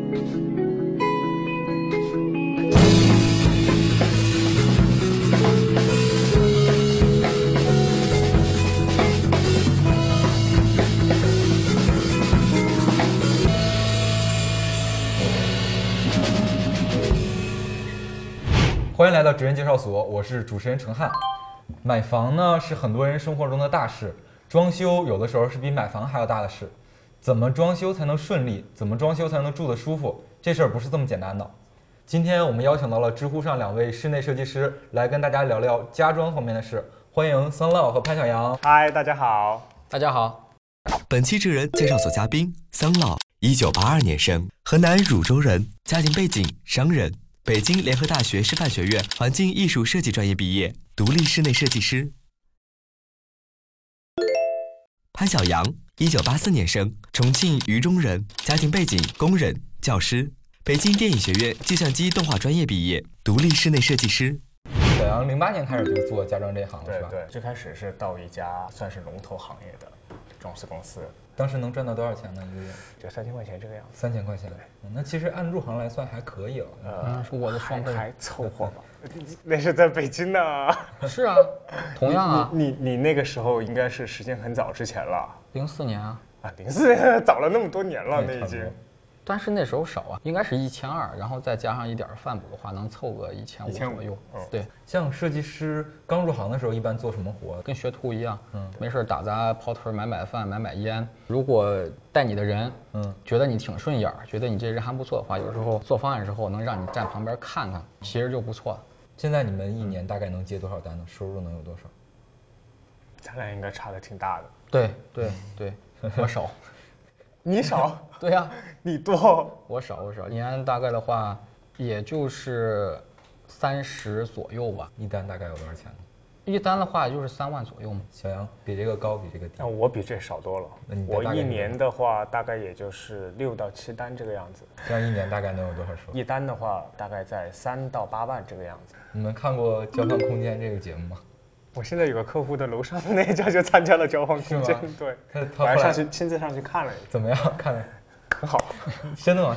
欢迎来到职人介绍所，我是主持人程汉。买房呢是很多人生活中的大事，装修有的时候是比买房还要大的事。怎么装修才能顺利？怎么装修才能住得舒服？这事儿不是这么简单的。今天我们邀请到了知乎上2位室内设计师来跟大家聊聊家装方面的事。欢迎桑烙和潘小杨。 嗨，大家好。 大家好。 本期职人介绍所嘉宾桑烙，1982年生，河南汝州人，家庭背景商人。北京联合大学师范学院环境艺术设计专业毕业，独立室内设计师。潘小杨，1984年生，重庆渝中人，家庭背景工人、教师，北京电影学院计算机动画专业毕业，独立室内设计师。 小杨08年开始就做家装这一行了，是吧？ 对，最开始是到一家算是龙头行业的装饰公司。 当时能赚到多少钱呢？一个月？ 就3000块钱这个样子。 3000块钱，那其实按入行来算还可以了。 是我的双倍， 还凑合吧。那是在北京呢。 是啊，同样啊。 你那个时候应该是时间很早之前了。 04年啊。 啊，04年早了那么多年了，那已经。 但是那时候少啊，应该是1200，然后再加上一点饭补的话，能凑个1500左右。对， 像设计师刚入行的时候，一般做什么活？ 跟学徒一样，没事打杂跑腿买饭买烟。如果带你的人，觉得你挺顺眼，觉得你这人还不错的话，有时候做方案之后能让你站旁边看看，其实就不错了。 现在你们一年大概能接多少单呢？收入能有多少？ 咱俩应该差的挺大的。 对，我少。 你少？ 对呀， 你多。 我少，一年大概的话，也就是30左右吧。 一单大概有多少钱呢？ 一单的话就是3万左右嘛。 小杨比这个高，比这个低。 那我比这少多了。我一年的话，大概也就是6到7单这个样子。 这样一年大概能有多少收入？ 一单的话，大概在3到8万这个样子。 你们看过《交换空间》这个节目吗？ 我现在有个客户的楼上的那一家就参加了交换空间，对，我还亲自上去看了一下， 怎么样？看了很好。 真的吗？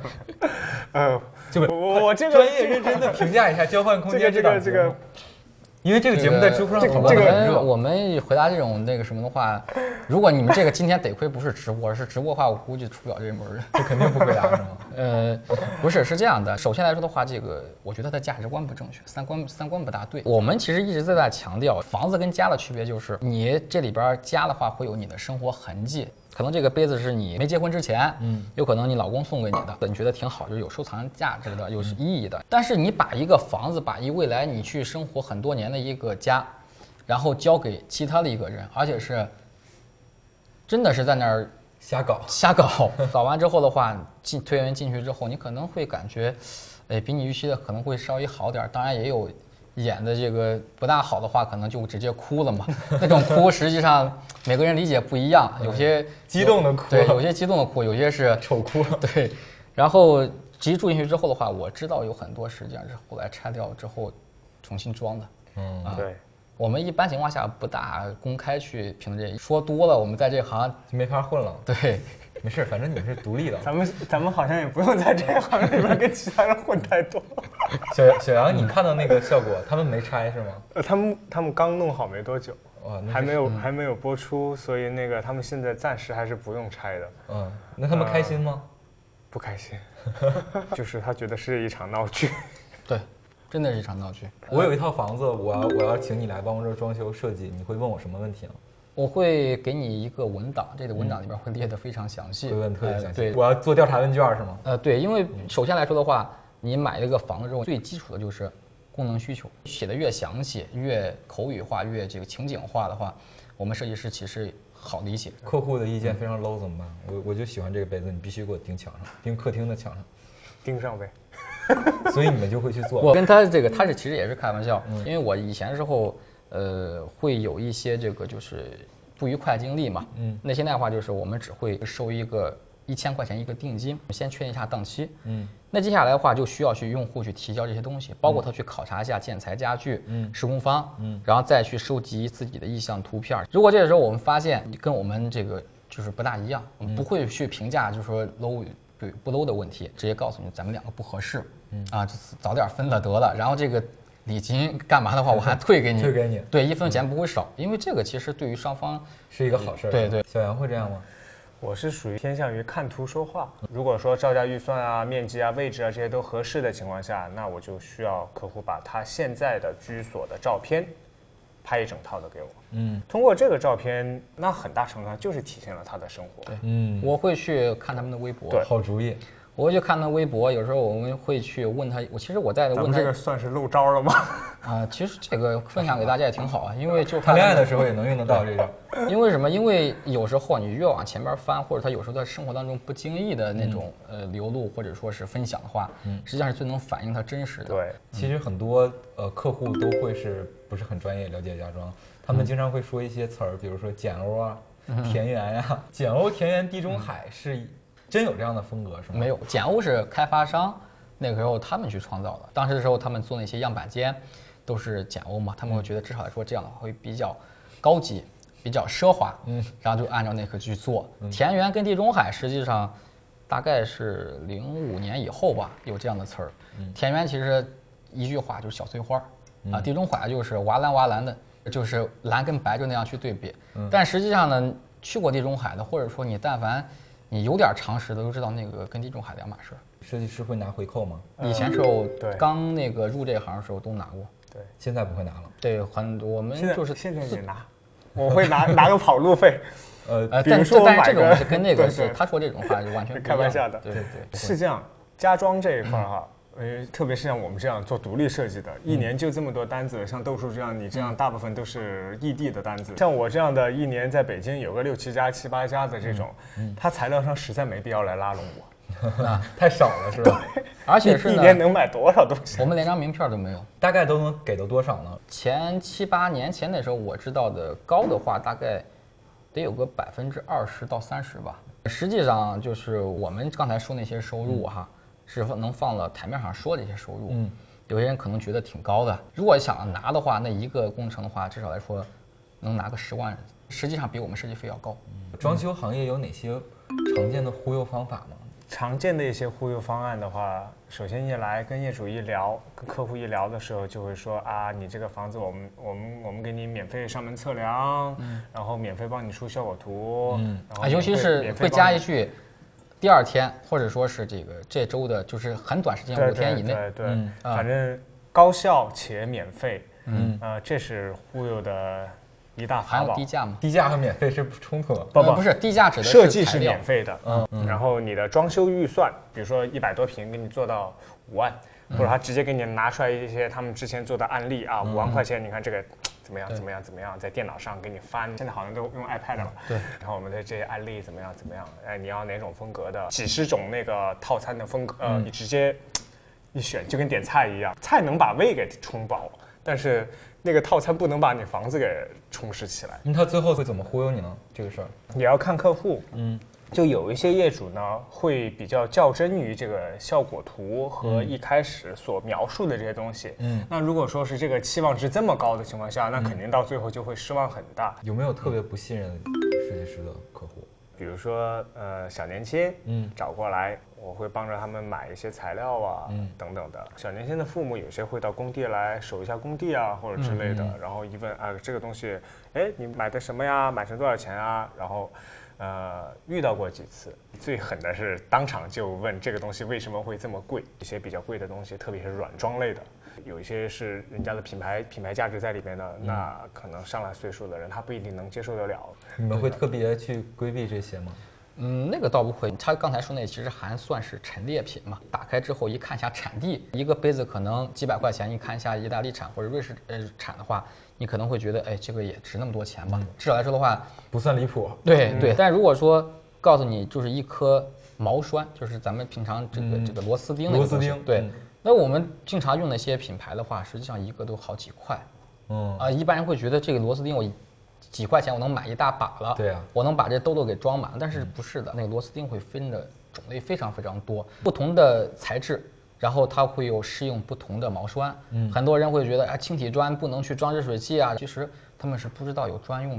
就我这个专业认真的评价一下交换空间这个，因为这个节目在知乎上讨论很热。 我们回答这种那个什么的话，如果你们这个今天得亏不是直播，是直播的话，我估计出不了这门儿， 就肯定不回答是吗？ 不是，是这样的。首先来说的话，这个我觉得它的价值观不正确，三观不大对。我们其实一直在强调，房子跟家的区别就是，你这里边家的话会有你的生活痕迹。可能这个杯子是你没结婚之前，有可能你老公送给你的，你觉得挺好，就是有收藏价值的，有意义的。但是你把一个房子，把一未来你去生活很多年的一个家，然后交给其他的一个人，而且是真的是在那儿瞎搞， 搞完之后的话，推员进去之后，你可能会感觉，比你预期的可能会稍微好点。当然也有演的这个不大好的话，可能就直接哭了嘛。那种哭实际上每个人理解不一样，有些激动的哭， 对，有些激动的哭，有些是丑哭， 对。然后直接住进去之后的话，我知道有很多实际上是后来拆掉之后重新装的。 对。 我们一般情况下不大公开去评这，说多了我们在这行就没法混了。 对。 没事，反正你们是独立的。 咱们好像也不用在这个行业里边跟其他人混太多。 小杨，你看到那个效果，他们没拆是吗？ 他们刚弄好没多久，还没有播出，所以那个他们现在暂时还是不用拆的。 那他们开心吗？ 不开心，就是他觉得是一场闹剧。 对，真的是一场闹剧。 我有一套房子，我要请你来帮我这装修设计，你会问我什么问题呢？ 我会给你一个文档，这个文档里边会列得非常详细， 会问特别详细。 对， 我要做调查问卷是吗？ 对，因为首先来说的话，你买一个房子之后，最基础的就是功能需求，写的越详细、越口语化、越这个情景化的话，我们设计师其实好理解。 客户的意见非常 low 怎么办？我就喜欢这个杯子，你必须给我钉墙上，钉客厅的墙上， 钉上呗。 所以你们就会去做。 我跟他其实也是开玩笑，因为我以前的时候。会有一些这个就是不愉快经历嘛，那现在的话就是我们只会收一个1000块钱一个定金，先确认一下档期，那接下来的话就需要去用户去提交这些东西，包括他去考察一下建材家具，施工方，然后再去收集自己的意向图片。如果这个时候我们发现跟我们这个就是不大一样，我们不会去评价就是说 low 对不漏的问题，直接告诉你咱们两个不合适，早点分了得了。然后这个礼金干嘛的话，我还退给你， 退给你， 对，1分钱不会少，因为这个其实对于双方是一个好事。 对， 小杨会这样吗？ 我是属于偏向于看图说话。如果说照价预算啊、面积啊、位置啊这些都合适的情况下，那我就需要客户把他现在的居所的照片拍一整套的给我。通过这个照片，那很大程度上就是体现了他的生活。 对，我会去看他们的微博。 对，好主意。 我会去看他微博，有时候我们会去问他，其实我在问他， 咱们这个算是漏招了吗？ 其实这个分享给大家也挺好啊，因为就谈恋爱的时候也能用得到这个。 因为什么？因为有时候你越往前边翻，或者他有时候在生活当中不经意的那种流露或者说是分享的话，实际上是最能反映他真实的。 对， 其实很多客户都会是不是很专业了解家装，他们经常会说一些词儿，比如说简欧啊、田园呀、简欧、田园、地中海是。真有这样的风格是吗？ 没有，简欧是开发商那个时候他们去创造的。当时的时候，他们做那些样板间都是简欧嘛，他们会觉得至少来说这样的话会比较高级、比较奢华，然后就按照那个去做。田园跟地中海实际上大概是05年以后吧，有这样的词儿。田园其实一句话就是小碎花啊，地中海就是瓦蓝瓦蓝的，就是蓝跟白就那样去对比。但实际上呢，去过地中海的，或者说你但凡你有点常识的都知道，那个跟地中海两码事。 设计师会拿回扣吗？ 以前时候刚那个入这行的时候都拿过， 对， 现在不会拿了。 对，我们就是现在也拿，我会拿个跑路费。比如说但是这种是跟那个是他说这种话就完全开玩笑的。 对， 是这样，家装这一块哈。特别是像我们这样做独立设计的，一年就这么多单子，像豆叔这样，你这样大部分都是异地的单子。像我这样的，一年在北京有个6、7家、7、8家的这种，他材料上实在没必要来拉拢我， 太少了是吧？ 而且是一年能买多少东西？ 我们连张名片都没有。 大概都能给到多少呢？ 前7、8年前那时候我知道的高的话，大概得有个20%到30%吧。实际上就是我们刚才说那些收入哈。是能放了台面上说的一些收入，有些人可能觉得挺高的。如果想拿的话，那一个工程的话，至少来说能拿个10万，实际上比我们设计费要高。 装修行业有哪些常见的忽悠方法吗？ 常见的一些忽悠方案的话，首先一来跟业主一聊，跟客户一聊的时候，就会说啊，你这个房子我们给你免费上门测量，然后免费帮你出效果图，然后尤其是会加一句。第2天，或者说是这周的，就是很短时间5天以内， 对，反正高效且免费，这是忽悠的一大法宝。 还有低价吗？ 低价和免费是不冲突的。 不是，低价指的是设计是免费的，然后你的装修预算，比如说100多平，给你做到5万，或者他直接给你拿出来一些他们之前做的案例啊，5万块钱，你看这个。怎么样，在电脑上给你翻，现在好像都用 iPad 了。 对， 然后我们的这些案例怎么样？你要哪种风格的？几十种那个套餐的风格，你直接一选，就跟点菜一样，菜能把胃给充饱，但是那个套餐不能把你房子给充实起来。 那他最后会怎么忽悠你呢？这个事儿也要看客户。就有一些业主呢，会比较较真于这个效果图和一开始所描述的这些东西。那如果说是这个期望值这么高的情况下，那肯定到最后就会失望很大。 有没有特别不信任设计师的客户？ 比如说小年轻，找过来，我会帮着他们买一些材料啊，等等的。小年轻的父母有些会到工地来守一下工地啊，或者之类的。然后一问啊，这个东西，哎，你买的什么呀？买成多少钱啊？然后。遇到过几次，最狠的是当场就问这个东西为什么会这么贵。一些比较贵的东西，特别是软装类的，有一些是人家的品牌价值在里面的，那可能上了岁数的人他不一定能接受得了。 你们会特别去规避这些吗？ 那个倒不会。他刚才说那其实还算是陈列品嘛。打开之后一看一下产地，一个杯子可能几百块钱，你看一下意大利产或者瑞士产的话，你可能会觉得，哎，这个也值那么多钱吧？至少来说的话， 不算离谱。 对。但如果说告诉你就是一颗毛栓，就是咱们平常这个螺丝钉那个东西，对。那我们经常用那些品牌的话，实际上一个都好几块。一般人会觉得这个螺丝钉我几块钱我能买一大把了， 对啊， 我能把这兜给装满，但是不是的，那个螺丝钉会分的种类非常非常多，不同的材质，然后它会有适应不同的毛栓。很多人会觉得啊，轻体砖不能去装热水器啊，其实他们是不知道有专用的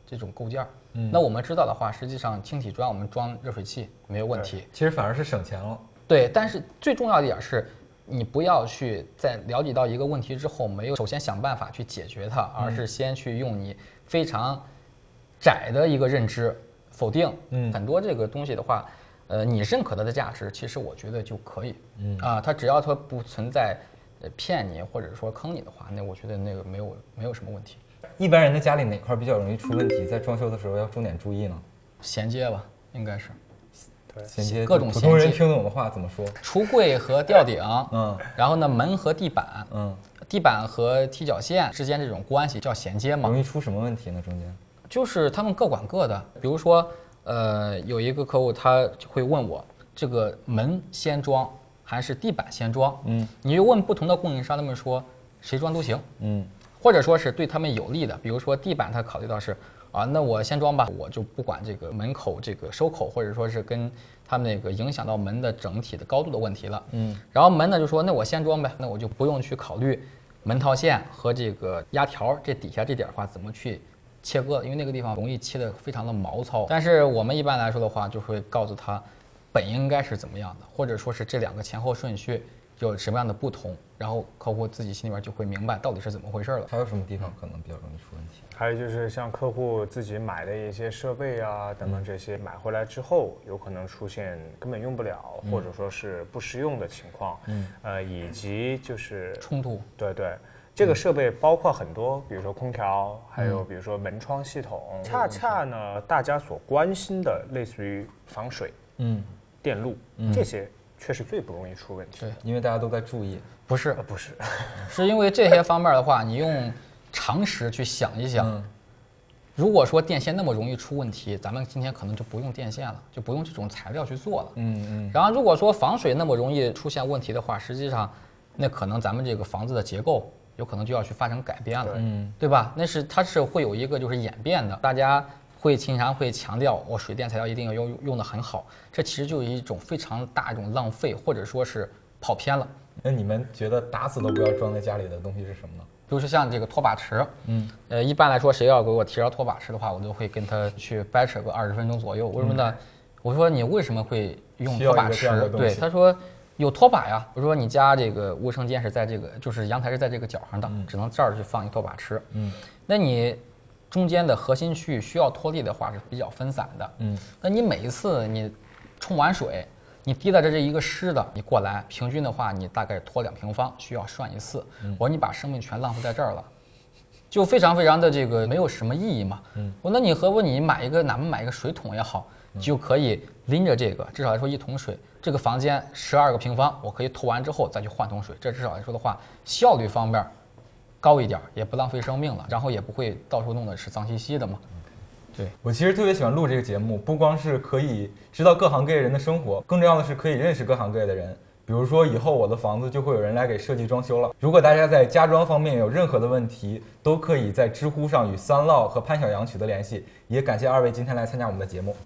这种构件。那我们知道的话，实际上轻体砖我们装热水器没有问题。 其实反而是省钱了。 对，但是最重要的一点是，你不要去在了解到一个问题之后，没有首先想办法去解决它，而是先去用你非常窄的一个认知否定很多这个东西的话，你认可它的价值，其实我觉得就可以。它只要它不存在骗你或者说坑你的话，那我觉得那个没有什么问题。 一般人的家里哪块比较容易出问题，在装修的时候要重点注意呢？ 衔接吧，应该是。 对， 衔接各种普通人听懂的话怎么说？ 橱柜和吊顶，然后呢门和地板，地板和踢脚线之间这种关系叫衔接嘛。 容易出什么问题呢？中间就是他们各管各的，比如说，有一个客户他就会问我，这个门先装还是地板先装？你就问不同的供应商，他们说谁装都行，或者说是对他们有利的，比如说地板他考虑到是那我先装吧，我就不管这个门口这个收口，或者说是跟他们那个影响到门的整体的高度的问题了，然后门呢就说那我先装呗，那我就不用去考虑门套线和这个压条这底下这点的话怎么去切割，因为那个地方容易切得非常的毛糙。但是我们一般来说的话，就会告诉他本应该是怎么样的，或者说是这两个前后顺序有什么样的不同，然后客户自己心里边就会明白到底是怎么回事了。 还有什么地方可能比较容易出问题？ 还有就是像客户自己买的一些设备啊等等这些，买回来之后有可能出现根本用不了，或者说是不实用的情况，以及就是冲突。 对。这个设备包括很多，比如说空调，还有比如说门窗系统。恰恰呢，大家所关心的，类似于防水、电路这些，却是最不容易出问题的。 因为大家都在注意。 不是，是因为这些方面的话，你用常识去想一想。如果说电线那么容易出问题，咱们今天可能就不用电线了，就不用这种材料去做了。然后如果说防水那么容易出现问题的话，实际上那可能咱们这个房子的结构有可能就要去发生改变了，对吧？它是会有一个就是演变的，大家经常会强调我水电材料一定要用得很好，这其实就是一种非常大一种浪费，或者说是跑偏了。 那你们觉得打死都不要装在家里的东西是什么呢？ 比如说像这个拖把池，一般来说谁要给我提着拖把池的话，我都会跟他去掰扯个20分钟左右。为什么呢？我说你为什么会用拖把池？对，他说有拖把呀。我说你家这个卫生间是在这个，就是阳台是在这个角上的，只能这儿去放一拖把池。那你中间的核心区域需要拖地的话是比较分散的。那你每一次你冲完水，你滴到这一个湿的，你过来平均的话，你大概拖2平方，需要涮一次。我说你把生命全浪费在这儿了，就非常的这个没有什么意义嘛。我说那你何不你哪怕买一个水桶也好，就可以拎着这个，至少来说1桶水，这个房间12个平方，我可以拖完之后再去换桶水，这至少来说的话，效率方面高一点，也不浪费生命了，然后也不会到处弄得是脏兮兮的嘛。对， 我其实特别喜欢录这个节目，不光是可以知道各行各业人的生活，更重要的是可以认识各行各业的人。比如说以后我的房子就会有人来给设计装修了。如果大家在家装方面有任何的问题，都可以在知乎上与三烙和潘小杨取得联系。也感谢2位今天来参加我们的节目。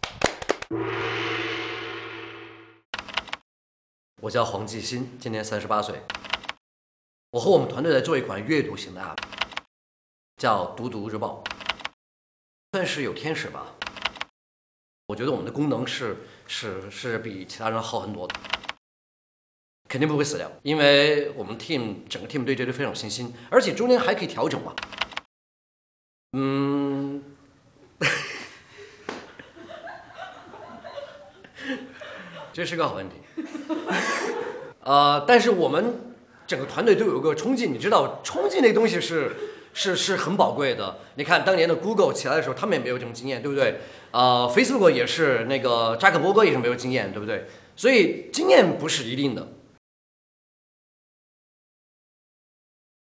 我叫黄继新，今年38岁。我和我们团队在做一款阅读型的 App， 叫读读日报，算是有天使吧。我觉得我们的功能是比其他人好很多的，肯定不会死掉，因为我们整个 team 对这个非常有信心，而且中间还可以调整嘛。这是个好问题。但是我们整个团队都有一个冲劲，你知道，冲劲那个东西是很宝贵的。你看当年的 Google 起来的时候，他们也没有这种经验，对不对？Facebook 也是那个扎克伯格也是没有经验，对不对？所以经验不是一定的。